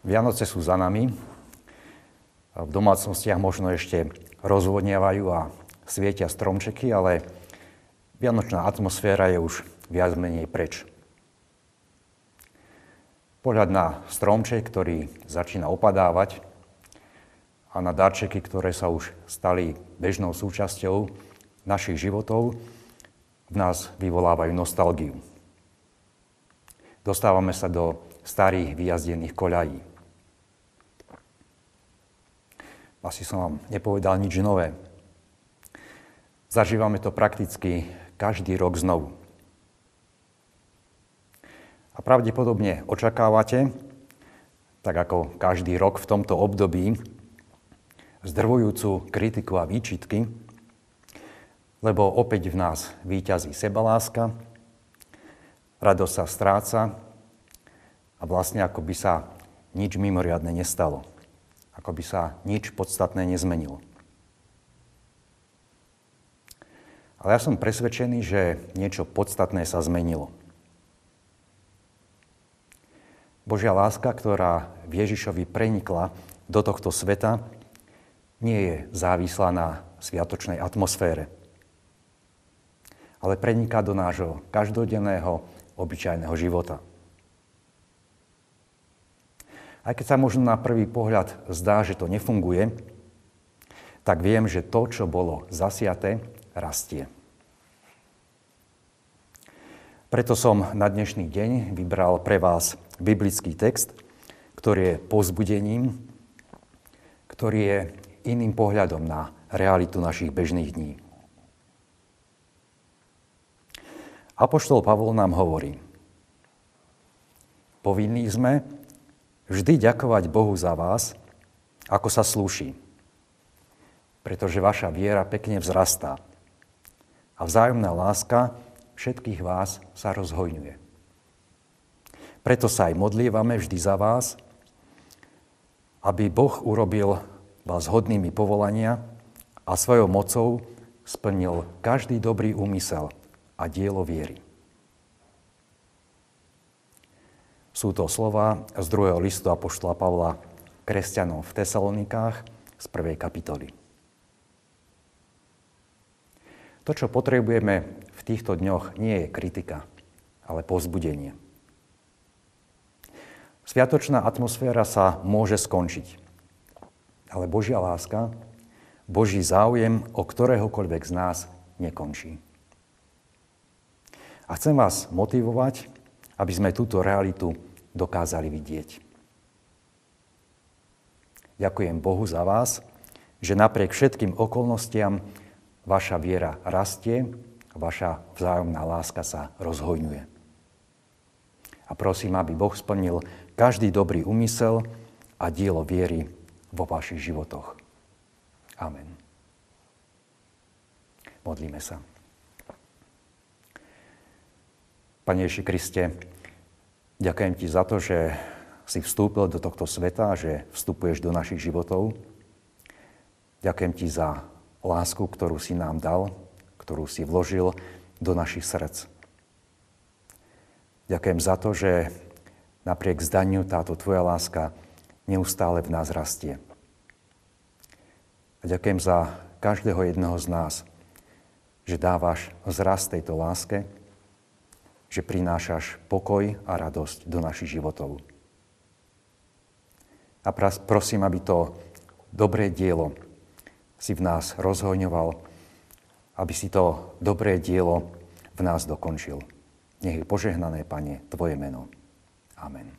Vianoce sú za nami. V domácnostiach možno ešte rozvodniavajú a svietia stromčeky, ale vianočná atmosféra je už viac menej preč. Pohľad na stromček, ktorý začína opadávať, a na darčeky, ktoré sa už stali bežnou súčasťou našich životov, v nás vyvolávajú nostalgiu. Dostávame sa do starých vyjazdených koľají. Asi som vám nepovedal nič nové. Zažívame to prakticky každý rok znovu. A pravdepodobne očakávate, tak ako každý rok v tomto období, zdrvujúcu kritiku a výčitky, lebo opäť v nás víťazí sebaláska, radosť sa stráca a vlastne ako by sa nič mimoriadne nestalo. Ako by sa nič podstatné nezmenilo. Ale ja som presvedčený, že niečo podstatné sa zmenilo. Božia láska, ktorá v Ježišovi prenikla do tohto sveta, nie je závislá na sviatočnej atmosfére, ale preniká do nášho každodenného, obyčajného života. Aj keď sa možno na prvý pohľad zdá, že to nefunguje, tak viem, že to, čo bolo zasiaté, rastie. Preto som na dnešný deň vybral pre vás biblický text, ktorý je povzbudením, ktorý je iným pohľadom na realitu našich bežných dní. Apoštol Pavol nám hovorí: povinní sme vždy ďakovať Bohu za vás, ako sa slúši, pretože vaša viera pekne vzrastá a vzájomná láska všetkých vás sa rozhojňuje. Preto sa aj modlievame vždy za vás, aby Boh urobil vás hodnými povolania a svojou mocou splnil každý dobrý úmysel a dielo viery. Sú to slova z 2. listu apoštola Pavla kresťanom v Tesalonikách z 1. kapitoly. To, čo potrebujeme v týchto dňoch, nie je kritika, ale povzbudenie. Sviatočná atmosféra sa môže skončiť, ale Božia láska, Boží záujem o ktoréhokoľvek z nás nekončí. A chcem vás motivovať, aby sme túto realitu dokázali vidieť. Ďakujem Bohu za vás, že napriek všetkým okolnostiam vaša viera rastie a vaša vzájomná láska sa rozhojňuje. A prosím, aby Boh splnil každý dobrý úmysel a dielo viery vo vašich životoch. Amen. Modlíme sa. Pane Ježiši Kriste, ďakujem Ti za to, že si vstúpil do tohto sveta a že vstupuješ do našich životov. Ďakujem Ti za lásku, ktorú si nám dal, ktorú si vložil do našich srdc. Ďakujem za to, že napriek zdaniu táto Tvoja láska neustále v nás rastie. A ďakujem za každého jedného z nás, že dávaš vzrast tejto láske, že prinášaš pokoj a radosť do našich životov. A prosím, aby to dobré dielo si v nás rozhojňoval, aby si to dobré dielo v nás dokončil. Nech je požehnané, Pane, Tvoje meno. Amen.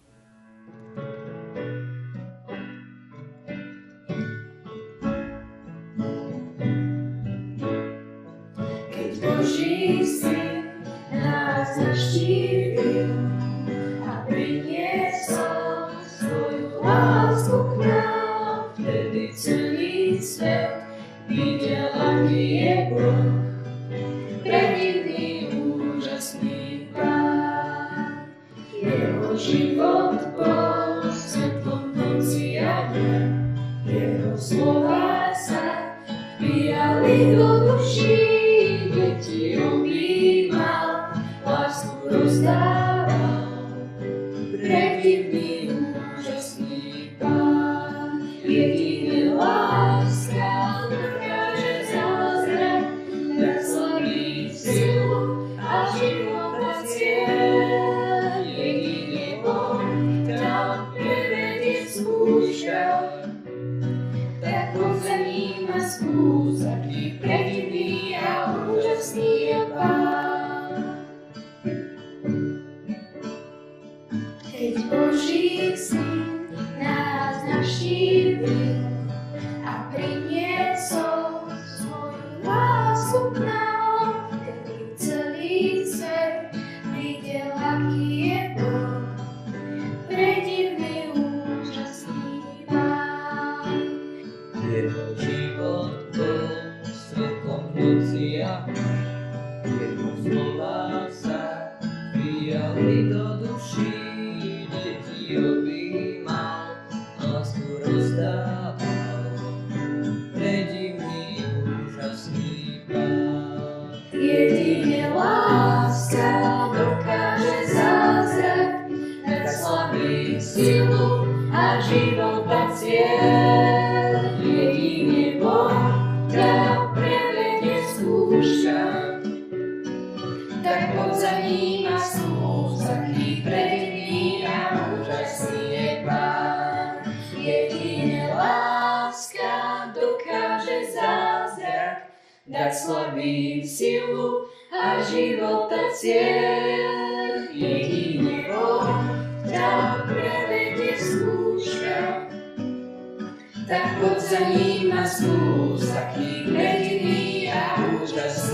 Keď Boží syn nás naštívil a priniesol svoju lásku k nám, vtedy celý svet videl, aký je Boh, predivný, úžasný Pán. Jeho život bol svetlom noci a dňa, jeho slová sa vbíjali do duší, deti objímal, lásku rozdával, predivný predivný, úžasný Pán. Jedine láska dokáže zázrak, tak slaví silu a života cieľ. Jedine Boh ťa prevedie skúška, tak poď za ním a skús, aký predivný a úžasný je Pán. Keď Boží syn nás navštívil a priniesol svoju lásku k nám, vtedy celý svet videl, aký je Boh, predivný, úžasný Pán. Jeho život bol svetlom noci a jeho slova sa vbíjali do duší, deti objímal, lásku rozdával, predivný, úžasný Pán. Jedine láska dokáže zázrak, tak slaví silu a života cieľ. Jedine Boh ťa prevedie skúška, tak poď za ním a skús, aký predivný a úžasný je Pán. Jedine láska dokáže zázrak, dať slaví silu a života cieľ. Jedine Boh ťa prevedie skúška, tak poď za ním a skús, aký predivný a úžasný